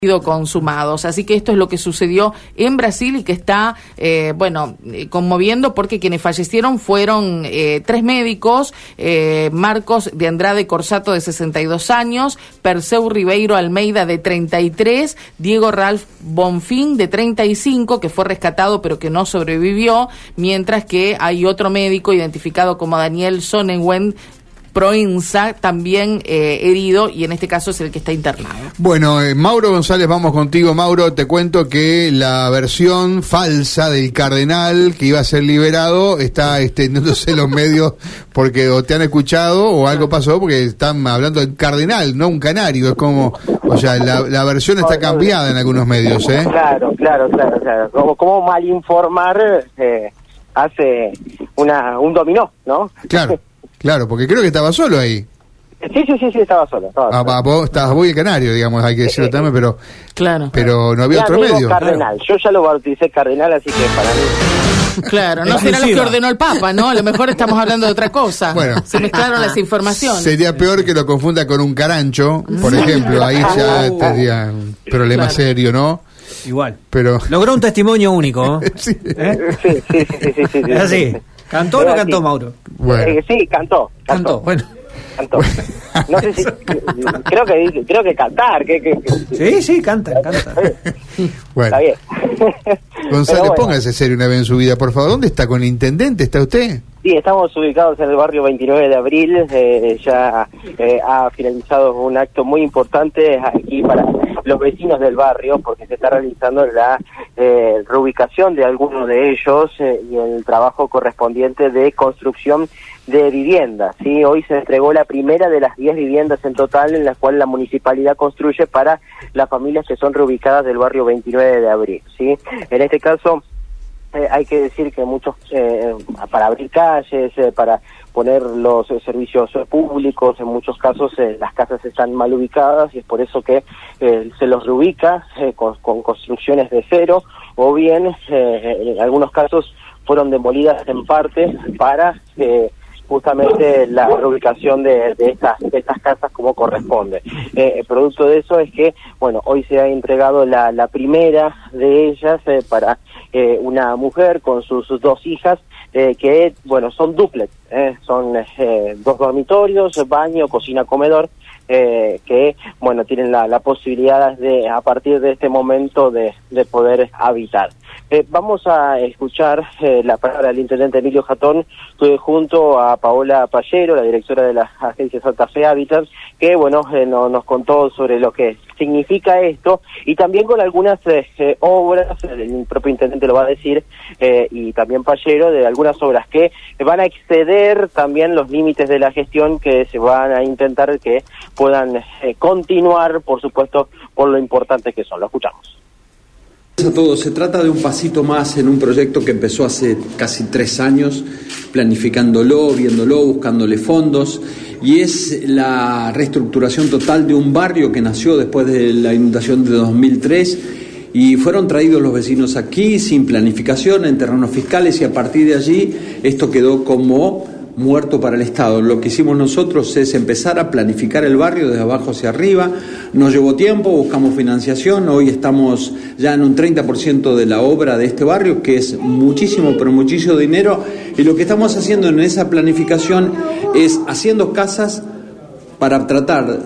consumados. Así que esto es lo que sucedió en Brasil y que está, conmoviendo, porque quienes fallecieron fueron 3 médicos, Marcos de Andrade Corsato, de 62 años, Perseu Ribeiro Almeida, de 33, Diego Ralph Bonfim, de 35, que fue rescatado pero que no sobrevivió, mientras que hay otro médico identificado como Daniel Sonnenwend Proenza, también herido, y en este caso es el que está internado. Bueno, Mauro González, vamos contigo. Mauro, te cuento que la versión falsa del cardenal que iba a ser liberado está extendiéndose en los medios porque o te han escuchado o algo pasó, porque están hablando del cardenal, no un canario. Es como, o sea, la versión está cambiada en algunos medios, ¿eh? Claro. Como mal informar hace un dominó, ¿no? Claro, porque creo que estaba solo ahí. Sí, estaba solo. Vos estabas muy el canario, digamos, hay que decirlo también, pero claro, pero no había otro medio. Cardenal, yo ya lo bauticé cardenal, así que para mí... Claro, no será lo que ordenó el Papa, ¿no? A lo mejor estamos hablando de otra cosa. Bueno, se mezclaron las informaciones. Sería peor que lo confunda con un carancho, por ejemplo, ahí ya tendría un problema serio, ¿no? Igual. Pero logró un testimonio único, ¿no? Sí. Es así. ¿Cantó o no cantó, Mauro? Bueno. Sí, cantó. Bueno. Cantó. No sé si... creo que cantar. Sí, canta. Bueno. Está bien. González, póngase serio una vez en su vida, por favor. ¿Dónde está? ¿Con el intendente está usted? Sí, estamos ubicados en el barrio 29 de abril. Ya ha finalizado un acto muy importante aquí para los vecinos del barrio, porque se está realizando la reubicación de algunos de ellos y el trabajo correspondiente de construcción de viviendas. ¿Sí? Hoy se entregó la primera de las 10 viviendas en total, en las cuales la municipalidad construye para las familias que son reubicadas del barrio 29 de abril. ¿Sí? En este caso... hay que decir que muchos, para abrir calles, para poner los servicios públicos, en muchos casos las casas están mal ubicadas y es por eso que se los reubica con construcciones de cero, o bien en algunos casos fueron demolidas en parte para justamente la reubicación de estas casas como corresponde. Producto de eso es que, hoy se ha entregado la primera de ellas para una mujer con sus 2 hijas, que, son dúplex, son 2 dormitorios, baño, cocina, comedor, que, tienen la posibilidad de, a partir de este momento, de poder habitar. Vamos a escuchar la palabra del intendente Emilio Jatón, junto a Paola Pallero, la directora de la agencia Santa Fe Hábitat, que nos contó sobre lo que significa esto, y también con algunas obras, el propio intendente lo va a decir, y también Pallero, de algunas obras que van a exceder también los límites de la gestión, que se van a intentar que puedan continuar, por supuesto, por lo importantes que son. Lo escuchamos. A todos, se trata de un pasito más en un proyecto que empezó hace casi 3 años, planificándolo, viéndolo, buscándole fondos, y es la reestructuración total de un barrio que nació después de la inundación de 2003, y fueron traídos los vecinos aquí sin planificación en terrenos fiscales, y a partir de allí esto quedó como muerto para el Estado. Lo que hicimos nosotros es empezar a planificar el barrio desde abajo hacia arriba. Nos llevó tiempo, buscamos financiación, hoy estamos ya en un 30% de la obra de este barrio, que es muchísimo, pero muchísimo dinero, y lo que estamos haciendo en esa planificación es haciendo casas para tratar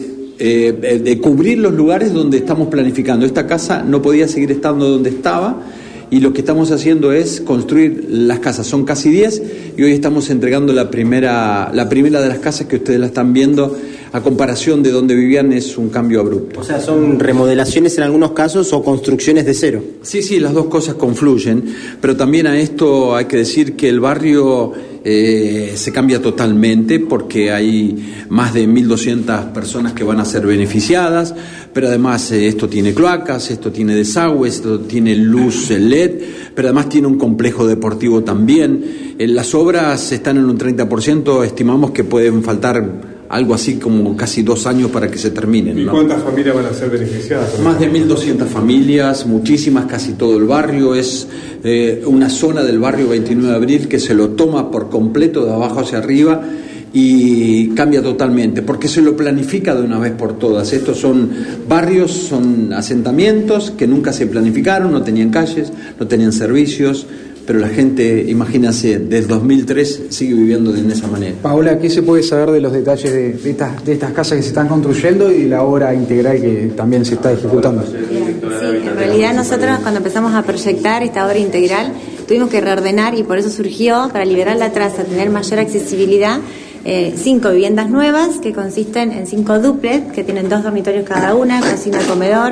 de cubrir los lugares donde estamos planificando. Esta casa no podía seguir estando donde estaba, y lo que estamos haciendo es construir las casas. Son casi 10 y hoy estamos entregando la primera de las casas que ustedes la están viendo. A comparación de donde vivían, es un cambio abrupto. O sea, ¿son remodelaciones en algunos casos o construcciones de cero? Sí, las dos cosas confluyen, pero también a esto hay que decir que el barrio se cambia totalmente, porque hay más de 1.200 personas que van a ser beneficiadas, pero además esto tiene cloacas, esto tiene desagües, esto tiene luz LED, pero además tiene un complejo deportivo también. Las obras están en un 30%, estimamos que pueden faltar algo así como casi 2 años para que se terminen, ¿no? ¿Y cuántas familias van a ser beneficiadas? Más de 1.200 familias, muchísimas, casi todo el barrio. Es una zona del barrio 29 de abril que se lo toma por completo de abajo hacia arriba, y cambia totalmente, porque se lo planifica de una vez por todas. Estos son barrios, son asentamientos que nunca se planificaron, no tenían calles, no tenían servicios, pero la gente, imagínense, desde 2003 sigue viviendo de esa manera. Paola, ¿qué se puede saber de los detalles de estas casas que se están construyendo y la obra integral que también se está ejecutando? Sí, en realidad nosotros cuando empezamos a proyectar esta obra integral tuvimos que reordenar y por eso surgió, para liberar la traza, tener mayor accesibilidad, 5 viviendas nuevas que consisten en 5 dúplex que tienen 2 dormitorios cada una, cocina, comedor,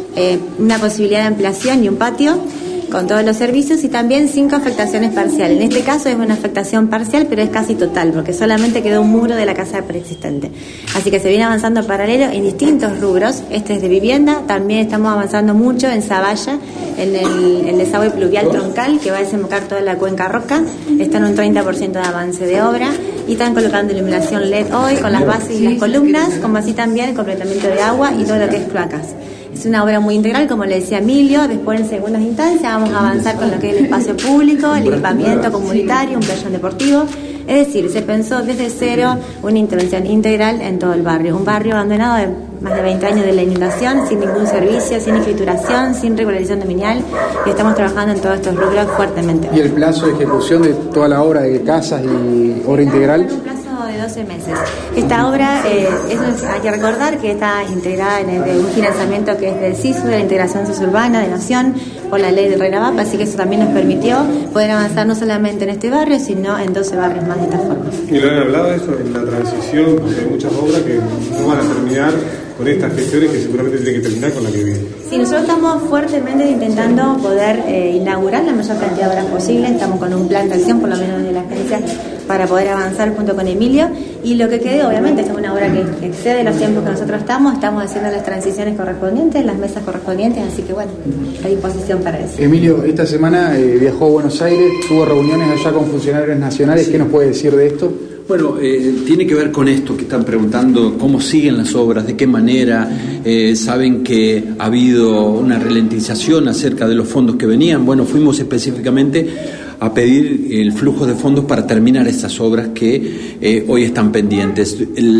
una posibilidad de ampliación y un patio con todos los servicios, y también 5 afectaciones parciales. En este caso es una afectación parcial, pero es casi total, porque solamente quedó un muro de la casa preexistente. Así que se viene avanzando en paralelo en distintos rubros. Este es de vivienda, también estamos avanzando mucho en Zavalla, en el desagüe pluvial troncal, que va a desembocar toda la cuenca Roca. Está en un 30% de avance de obra, y están colocando iluminación LED hoy, con las bases y las columnas, como así también el completamiento de agua y todo lo que es cloacas. Es una obra muy integral, como le decía Emilio. Después, en segundas instancias, vamos a avanzar con lo que es el espacio público, el equipamiento comunitario, un playón deportivo. Es decir, se pensó desde cero una intervención integral en todo el barrio. Un barrio abandonado de más de 20 años de la inundación, sin ningún servicio, sin escrituración, sin regularización dominial, y estamos trabajando en todos estos rubros fuertemente. ¿Y el plazo de ejecución de toda la obra de casas y obra integral? Un plazo de 12 meses. Esta obra, hay que recordar que está integrada en un financiamiento que es del CISU, de la Integración Suburbana de Nación, por la ley del RENAVAP, así que eso también nos permitió poder avanzar no solamente en este barrio, sino en 12 barrios más de esta forma. Y lo han hablado de eso en la transición, porque hay muchas obras que no van a terminar con estas gestiones que seguramente tienen que terminar con la que viene. Sí, nosotros estamos fuertemente intentando poder inaugurar la mayor cantidad de obras posible. Estamos con un plan de acción, por lo menos de la agencia, para poder avanzar junto con Emilio. Y lo que quede, obviamente, esta es una obra que excede los tiempos que nosotros estamos haciendo las transiciones correspondientes, las mesas correspondientes, así que bueno, a disposición para eso. Emilio, esta semana viajó a Buenos Aires, tuvo reuniones allá con funcionarios nacionales. ¿Qué nos puede decir de esto? Bueno, tiene que ver con esto que están preguntando, cómo siguen las obras, de qué manera, saben que ha habido una ralentización acerca de los fondos que venían. Bueno, fuimos específicamente a pedir el flujo de fondos para terminar estas obras que hoy están pendientes.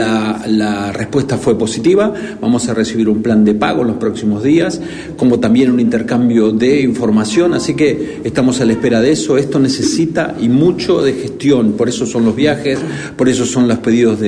La respuesta fue positiva, vamos a recibir un plan de pago en los próximos días, como también un intercambio de información, así que estamos a la espera de eso. Esto necesita y mucho de gestión, por eso son los viajes, por eso son los pedidos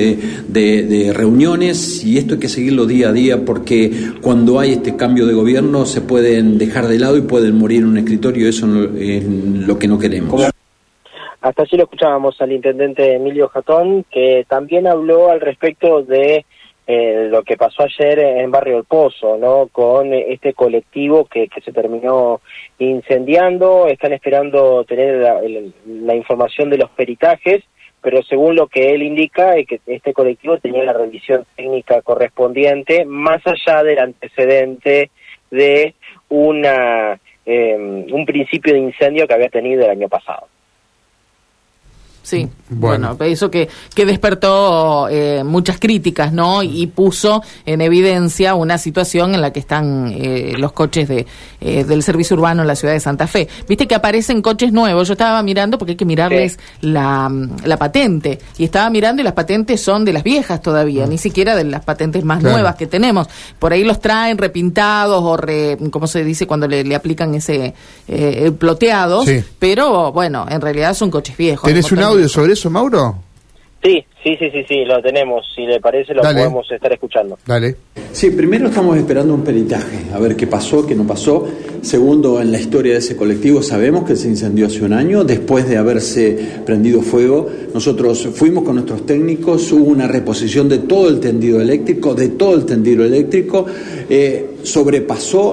de reuniones, y esto hay que seguirlo día a día, porque cuando hay este cambio de gobierno se pueden dejar de lado y pueden morir en un escritorio, eso es lo que no queremos. Hasta allí lo escuchábamos al intendente Emilio Jatón, que también habló al respecto de lo que pasó ayer en Barrio El Pozo, ¿no? Con este colectivo que se terminó incendiando. Están esperando tener la información de los peritajes, pero según lo que él indica es que este colectivo tenía la revisión técnica correspondiente, más allá del antecedente de un principio de incendio que había tenido el año pasado. Sí, bueno, eso que despertó muchas críticas, ¿no? Y puso en evidencia una situación en la que están los coches del servicio urbano en la ciudad de Santa Fe. Viste que aparecen coches nuevos. Yo estaba mirando, porque hay que mirarles la patente, y estaba mirando y las patentes son de las viejas todavía, ni siquiera de las patentes más nuevas que tenemos. Por ahí los traen repintados o ¿cómo se dice cuando le aplican ese ploteados? Sí. Pero bueno, en realidad son coches viejos. ¿Tenés un audio sobre eso, Mauro? Sí, lo tenemos. Si le parece, lo podemos estar escuchando. Dale. Sí, primero estamos esperando un peritaje, a ver qué pasó, qué no pasó. Segundo, en la historia de ese colectivo sabemos que se incendió hace un año, después de haberse prendido fuego. Nosotros fuimos con nuestros técnicos, hubo una reposición de todo el tendido eléctrico, sobrepasó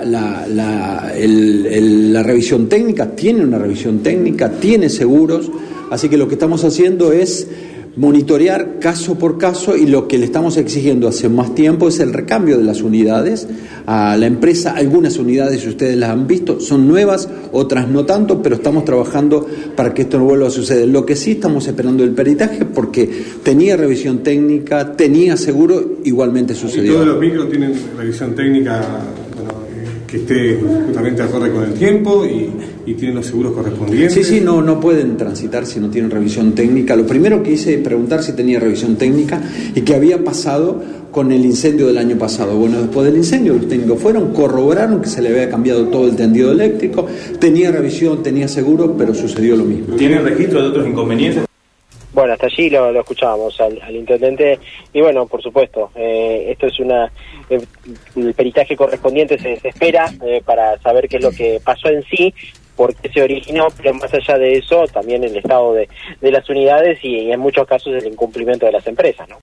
la revisión técnica, tiene una revisión técnica, tiene seguros. Así que lo que estamos haciendo es monitorear caso por caso, y lo que le estamos exigiendo hace más tiempo es el recambio de las unidades a la empresa. Algunas unidades, si ustedes las han visto, son nuevas, otras no tanto, pero estamos trabajando para que esto no vuelva a suceder. Lo que sí estamos esperando el peritaje, porque tenía revisión técnica, tenía seguro, igualmente sucedió. ¿Y todos los micros tienen revisión técnica que esté justamente acorde con el tiempo y tienen los seguros correspondientes. Sí, no pueden transitar si no tienen revisión técnica. Lo primero que hice es preguntar si tenía revisión técnica y qué había pasado con el incendio del año pasado. Bueno, después del incendio los técnicos fueron, corroboraron que se le había cambiado todo el tendido eléctrico, tenía revisión, tenía seguro, pero sucedió lo mismo. ¿Tienen registro de otros inconvenientes? Bueno, hasta allí lo escuchábamos al intendente y bueno, por supuesto, esto es el peritaje correspondiente se espera para saber qué es lo que pasó en sí, por qué se originó, pero más allá de eso, también el estado de las unidades y en muchos casos el incumplimiento de las empresas, ¿no?